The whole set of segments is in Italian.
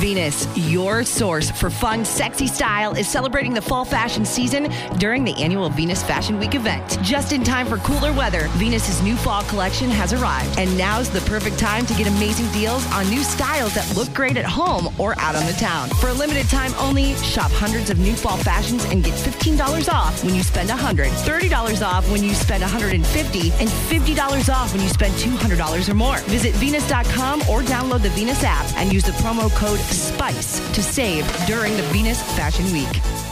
Venus, your source for fun, sexy style, is celebrating the fall fashion season during the annual Venus Fashion Week event. Just in time for cooler weather, Venus's new fall collection has arrived, and now's the perfect time to get amazing deals on new styles that look great at home or out on the town. For a limited time only, shop hundreds of new fall fashions and get $15 off when you spend $100, $30 off when you spend $150, and $50 off when you spend $200 or more. Visit Venus.com or download the Venus app and use the promo code SPICE to save during the Venus Fashion Week.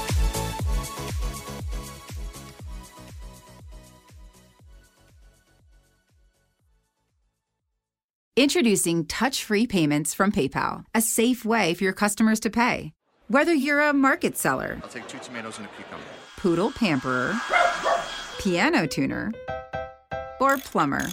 Introducing touch-free payments from PayPal, a safe way for your customers to pay. Whether you're a market seller, I'll take 2 tomatoes and a cucumber, poodle pamperer, piano tuner, or plumber.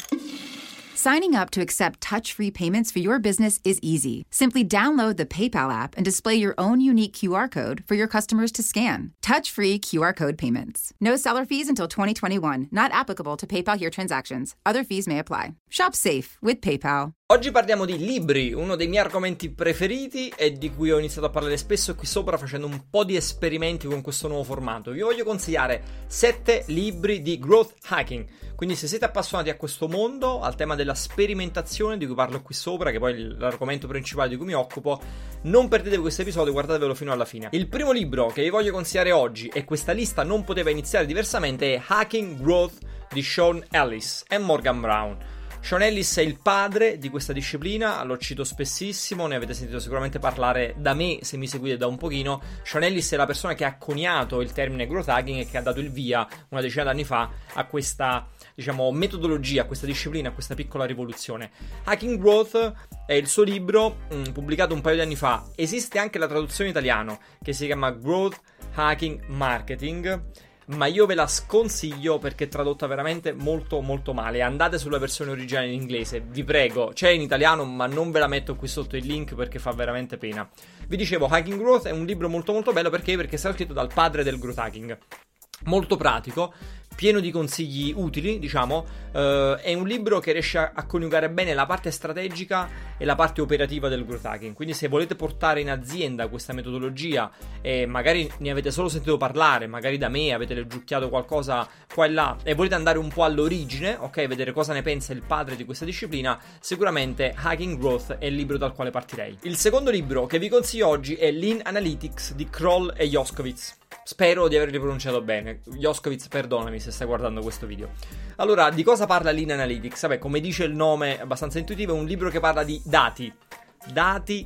Signing up to accept touch-free payments for your business is easy. Simply download the PayPal app and display your own unique QR code for your customers to scan. Touch-free QR code payments. No seller fees until 2021. Not applicable to PayPal Here transactions. Other fees may apply. Shop safe with PayPal. Oggi parliamo di libri, uno dei miei argomenti preferiti e di cui ho iniziato a parlare spesso qui sopra facendo un po' di esperimenti con questo nuovo formato. Vi voglio consigliare 7 libri di growth hacking. Quindi se siete appassionati a questo mondo, al tema della sperimentazione di cui parlo qui sopra, che poi è l'argomento principale di cui mi occupo, non perdetevi questo episodio, guardatevelo fino alla fine. Il primo libro che vi voglio consigliare oggi, e questa lista non poteva iniziare diversamente, è Hacking Growth di Sean Ellis e Morgan Brown. Sean Ellis è il padre di questa disciplina, lo cito spessissimo, ne avete sentito sicuramente parlare da me se mi seguite da un pochino. Sean Ellis è la persona che ha coniato il termine growth hacking e che ha dato il via una decina d'anni fa a questa, diciamo, metodologia, a questa disciplina, a questa piccola rivoluzione. Hacking Growth è il suo libro, pubblicato un paio di anni fa. Esiste anche la traduzione in italiano che si chiama Growth Hacking Marketing, ma io ve la sconsiglio perché è tradotta veramente molto molto male. Andate sulla versione originale in inglese, vi prego. C'è in italiano, ma non ve la metto qui sotto il link perché fa veramente pena. Vi dicevo, Hacking Growth è un libro molto molto bello perché è stato scritto dal padre del growth hacking. Molto pratico, pieno di consigli utili, diciamo. È un libro che riesce a coniugare bene la parte strategica e la parte operativa del growth hacking. Quindi se volete portare in azienda questa metodologia e magari ne avete solo sentito parlare, magari da me, avete leggiucchiato qualcosa qua e là e volete andare un po' all'origine, ok, vedere cosa ne pensa il padre di questa disciplina, sicuramente Hacking Growth è il libro dal quale partirei. Il secondo libro che vi consiglio oggi è Lean Analytics di Kroll e Yoskowitz. Spero di averli pronunciato bene. Yoskowitz, perdonami se stai guardando questo video. Allora, di cosa parla Lean Analytics? Vabbè, come dice il nome, abbastanza intuitivo, è un libro che parla di dati. Dati.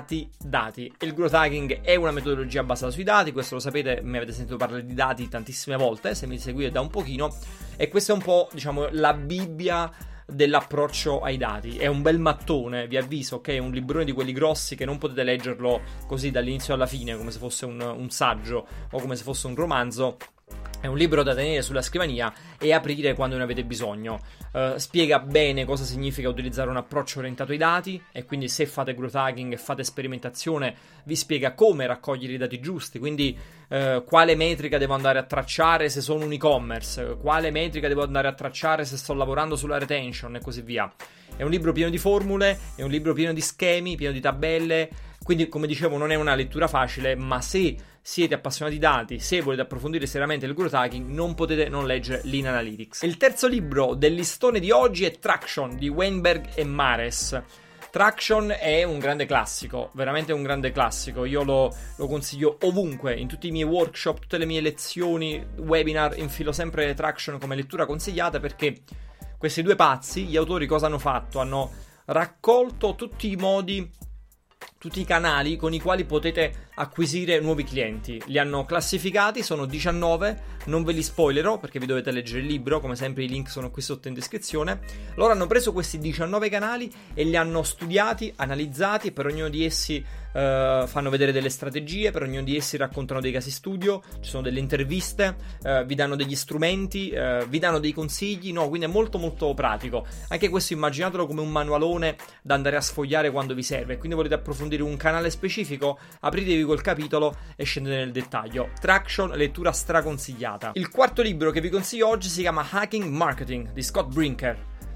Il growth hacking è una metodologia basata sui dati, questo lo sapete, mi avete sentito parlare di dati tantissime volte, se mi seguite da un pochino, e questa è un po', diciamo, la Bibbia dell'approccio ai dati. È un bel mattone, vi avviso, ok? È un librone di quelli grossi che non potete leggerlo così dall'inizio alla fine come se fosse un saggio o come se fosse un romanzo. È un libro da tenere sulla scrivania e aprire quando ne avete bisogno. Spiega bene cosa significa utilizzare un approccio orientato ai dati, e quindi se fate growth hacking e fate sperimentazione vi spiega come raccogliere i dati giusti, quindi quale metrica devo andare a tracciare se sono un e-commerce, quale metrica devo andare a tracciare se sto lavorando sulla retention e così via. È un libro pieno di formule, è un libro pieno di schemi, pieno di tabelle, quindi come dicevo non è una lettura facile, ma se siete appassionati di dati, se volete approfondire seriamente il growth hacking, non potete non leggere Lean Analytics. Il terzo libro del listone di oggi è Traction di Weinberg e Mares. Traction è un grande classico, veramente un grande classico. Io lo consiglio ovunque, in tutti i miei workshop, tutte le mie lezioni, webinar, infilo sempre Traction come lettura consigliata, perché questi due pazzi, gli autori, cosa hanno fatto? Hanno raccolto tutti i modi, tutti i canali con i quali potete acquisire nuovi clienti. Li hanno classificati, sono 19, non ve li spoilerò perché vi dovete leggere il libro, come sempre i link sono qui sotto in descrizione. Loro hanno preso questi 19 canali e li hanno studiati, analizzati, per ognuno di essi fanno vedere delle strategie, per ognuno di essi raccontano dei casi studio, ci sono delle interviste, vi danno degli strumenti, vi danno dei consigli, no, quindi è molto molto pratico. Anche questo immaginatelo come un manualone da andare a sfogliare quando vi serve, quindi volete approfondire un canale specifico, apritevi quel capitolo e scendete nel dettaglio. Traction, lettura straconsigliata. Il quarto libro che vi consiglio oggi si chiama Hacking Marketing di Scott Brinker.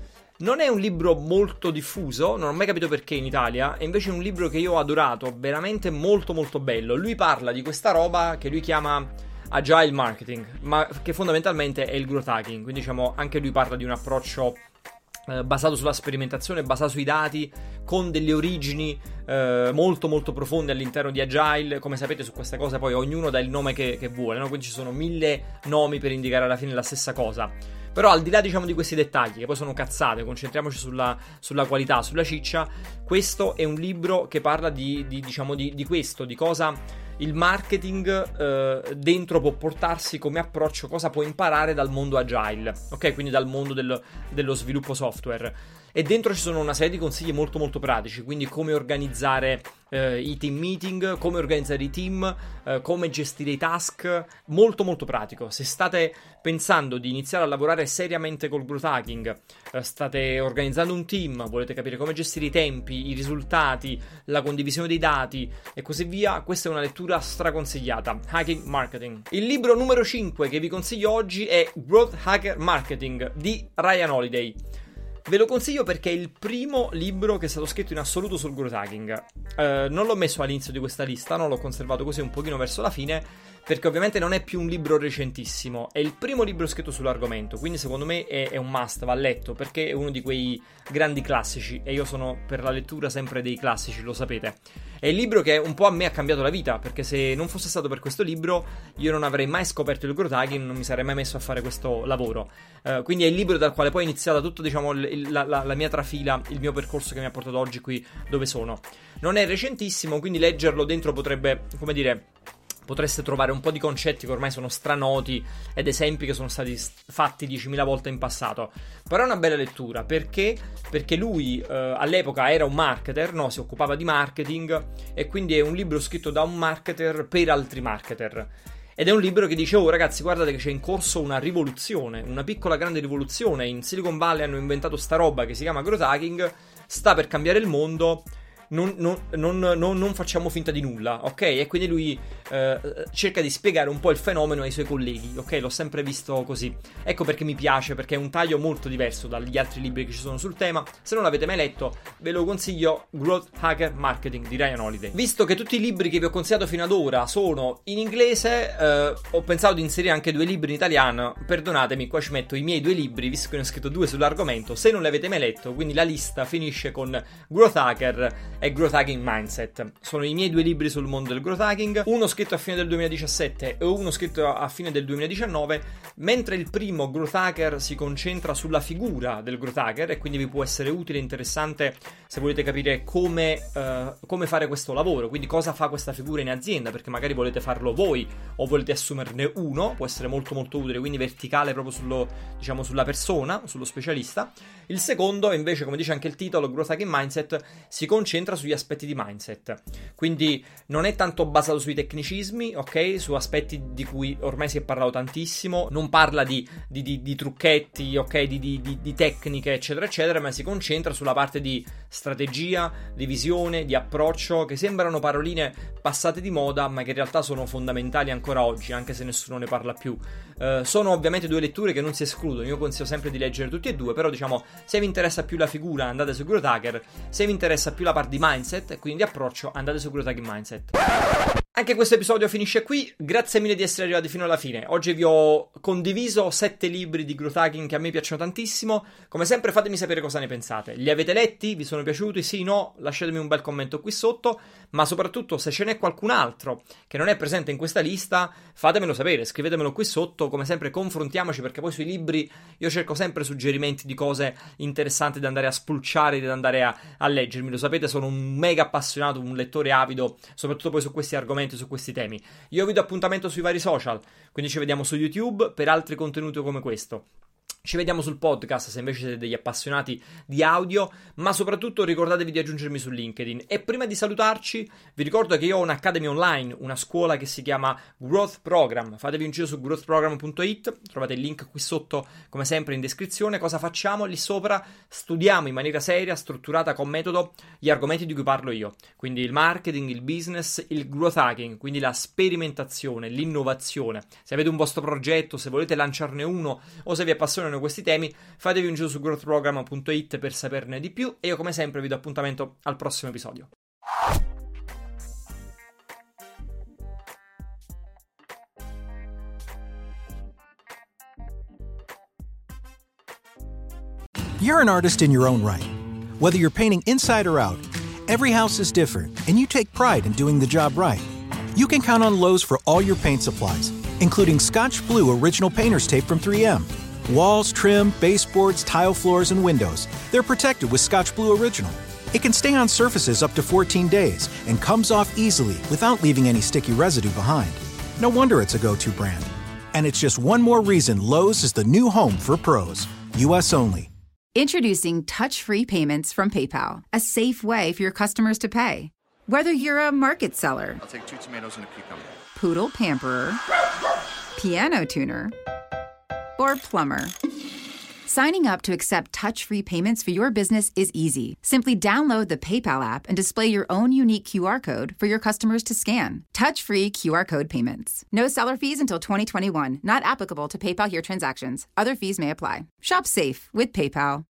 Non è un libro molto diffuso, non ho mai capito perché in Italia, è invece un libro che io ho adorato, veramente molto molto bello. Lui parla di questa roba che lui chiama Agile Marketing, ma che fondamentalmente è il growth hacking, quindi diciamo anche lui parla di un approccio basato sulla sperimentazione, basato sui dati, con delle origini molto molto profonde all'interno di Agile. Come sapete, su queste cose poi ognuno dà il nome che vuole, no? Quindi ci sono 1000 nomi per indicare alla fine la stessa cosa. Però al di là, diciamo, di questi dettagli, che poi sono cazzate, concentriamoci sulla qualità, sulla ciccia. Questo è un libro che parla di questo, di cosa il marketing dentro può portarsi come approccio, cosa può imparare dal mondo agile, ok? Quindi dal mondo dello sviluppo software. E dentro ci sono una serie di consigli molto molto pratici, quindi come organizzare i team meeting, come organizzare i team, come gestire i task, molto molto pratico. Se state pensando di iniziare a lavorare seriamente col growth hacking, state organizzando un team, volete capire come gestire i tempi, i risultati, la condivisione dei dati e così via, questa è una lettura straconsigliata. Hacking Marketing. Il libro numero 5 che vi consiglio oggi è Growth Hacker Marketing di Ryan Holiday. Ve lo consiglio perché è il primo libro che è stato scritto in assoluto sul growth hacking. Non l'ho messo all'inizio di questa lista, no? L'ho conservato così un pochino verso la fine, perché ovviamente non è più un libro recentissimo. È il primo libro scritto sull'argomento, quindi secondo me è un must, va letto, perché è uno di quei grandi classici, e io sono per la lettura sempre dei classici, lo sapete. È il libro che un po' a me ha cambiato la vita, perché se non fosse stato per questo libro io non avrei mai scoperto il growth hacking, non mi sarei mai messo a fare questo lavoro. Quindi è il libro dal quale poi è iniziata tutto, diciamo, la mia trafila, il mio percorso che mi ha portato oggi qui dove sono. Non è recentissimo, quindi leggerlo dentro potrebbe, come dire, potreste trovare un po' di concetti che ormai sono stranoti ed esempi che sono stati fatti 10.000 volte in passato. Però è una bella lettura, perché lui all'epoca era un marketer, no? Si occupava di marketing, e quindi è un libro scritto da un marketer per altri marketer. Ed è un libro che dice: oh ragazzi, guardate che c'è in corso una rivoluzione, una piccola grande rivoluzione. In Silicon Valley hanno inventato sta roba che si chiama growth hacking, sta per cambiare il mondo. Non facciamo finta di nulla, ok? E quindi lui cerca di spiegare un po' il fenomeno ai suoi colleghi, ok? L'ho sempre visto così. Ecco perché mi piace, perché è un taglio molto diverso dagli altri libri che ci sono sul tema. Se non l'avete mai letto, ve lo consiglio, Growth Hacker Marketing di Ryan Holiday. Visto che tutti i libri che vi ho consigliato fino ad ora sono in inglese, ho pensato di inserire anche 2 libri in italiano. Perdonatemi, qua ci metto i miei 2 libri, visto che ne ho scritto 2 sull'argomento, se non li avete mai letto. Quindi la lista finisce con Growth Hacker e Growth Hacking Mindset. Sono i miei 2 libri sul mondo del growth hacking, uno scritto a fine del 2017 e uno scritto a fine del 2019, mentre il primo, Growth Hacker, si concentra sulla figura del growth hacker, e quindi vi può essere utile e interessante se volete capire come fare questo lavoro, quindi cosa fa questa figura in azienda, perché magari volete farlo voi o volete assumerne uno, può essere molto molto utile, quindi verticale proprio sulla persona, sullo specialista. Il secondo invece, come dice anche il titolo, Growth Hacking Mindset, si concentra sugli aspetti di mindset, quindi non è tanto basato sui tecnicismi, ok, su aspetti di cui ormai si è parlato tantissimo, non parla di trucchetti, ok, di tecniche eccetera eccetera, ma si concentra sulla parte di strategia, di visione, di approccio, che sembrano paroline passate di moda ma che in realtà sono fondamentali ancora oggi, anche se nessuno ne parla più. Sono ovviamente 2 letture che non si escludono, io consiglio sempre di leggere tutti e 2, però diciamo, se vi interessa più la figura andate su Growth Hacker, se vi interessa più la parte di mindset e quindi di approccio andate su Growth Hacking Mindset. Anche questo episodio finisce qui, grazie mille di essere arrivati fino alla fine. Oggi vi ho condiviso 7 libri di growth hacking che a me piacciono tantissimo. Come sempre fatemi sapere cosa ne pensate. Li avete letti? Vi sono piaciuti? Sì, no? Lasciatemi un bel commento qui sotto, ma soprattutto se ce n'è qualcun altro che non è presente in questa lista, fatemelo sapere, scrivetemelo qui sotto. Come sempre confrontiamoci, perché poi sui libri io cerco sempre suggerimenti di cose interessanti da andare a spulciare, da andare a leggermi. Lo sapete, sono un mega appassionato, un lettore avido, soprattutto poi su questi argomenti, su questi temi. Io vi do appuntamento sui vari social, quindi ci vediamo su YouTube per altri contenuti come questo. Ci vediamo sul podcast se invece siete degli appassionati di audio, ma soprattutto ricordatevi di aggiungermi su LinkedIn. E prima di salutarci vi ricordo che io ho un'Academy online, una scuola che si chiama Growth Program. Fatevi un giro su growthprogram.it, trovate il link qui sotto come sempre in descrizione. Cosa facciamo lì sopra? Studiamo in maniera seria, strutturata, con metodo gli argomenti di cui parlo io, quindi il marketing, il business, il growth hacking, quindi la sperimentazione, l'innovazione. Se avete un vostro progetto, se volete lanciarne uno o se vi appassiona appassionano questi temi, fatevi un giro su growthprogram.it per saperne di più e io come sempre vi do appuntamento al prossimo episodio. You're an artist in your own right. Whether you're painting inside or out, every house is different, and you take pride in doing the job right. You can count on Lowe's for all your paint supplies, including Scotch Blue Original Painter's Tape from 3M. Walls, trim, baseboards, tile floors, and windows, they're protected with Scotch Blue Original. It can stay on surfaces up to 14 days and comes off easily without leaving any sticky residue behind. No wonder it's a go-to brand. And it's just one more reason Lowe's is the new home for pros. U.S. only. Introducing touch-free payments from PayPal, a safe way for your customers to pay. Whether you're a market seller, I'll take 2 tomatoes and a cucumber, poodle pamperer, piano tuner, or plumber, signing up to accept touch-free payments for your business is easy. Simply download the PayPal app and display your own unique QR code for your customers to scan. Touch-free QR code payments. No seller fees until 2021. Not applicable to PayPal Here transactions. Other fees may apply. Shop safe with PayPal.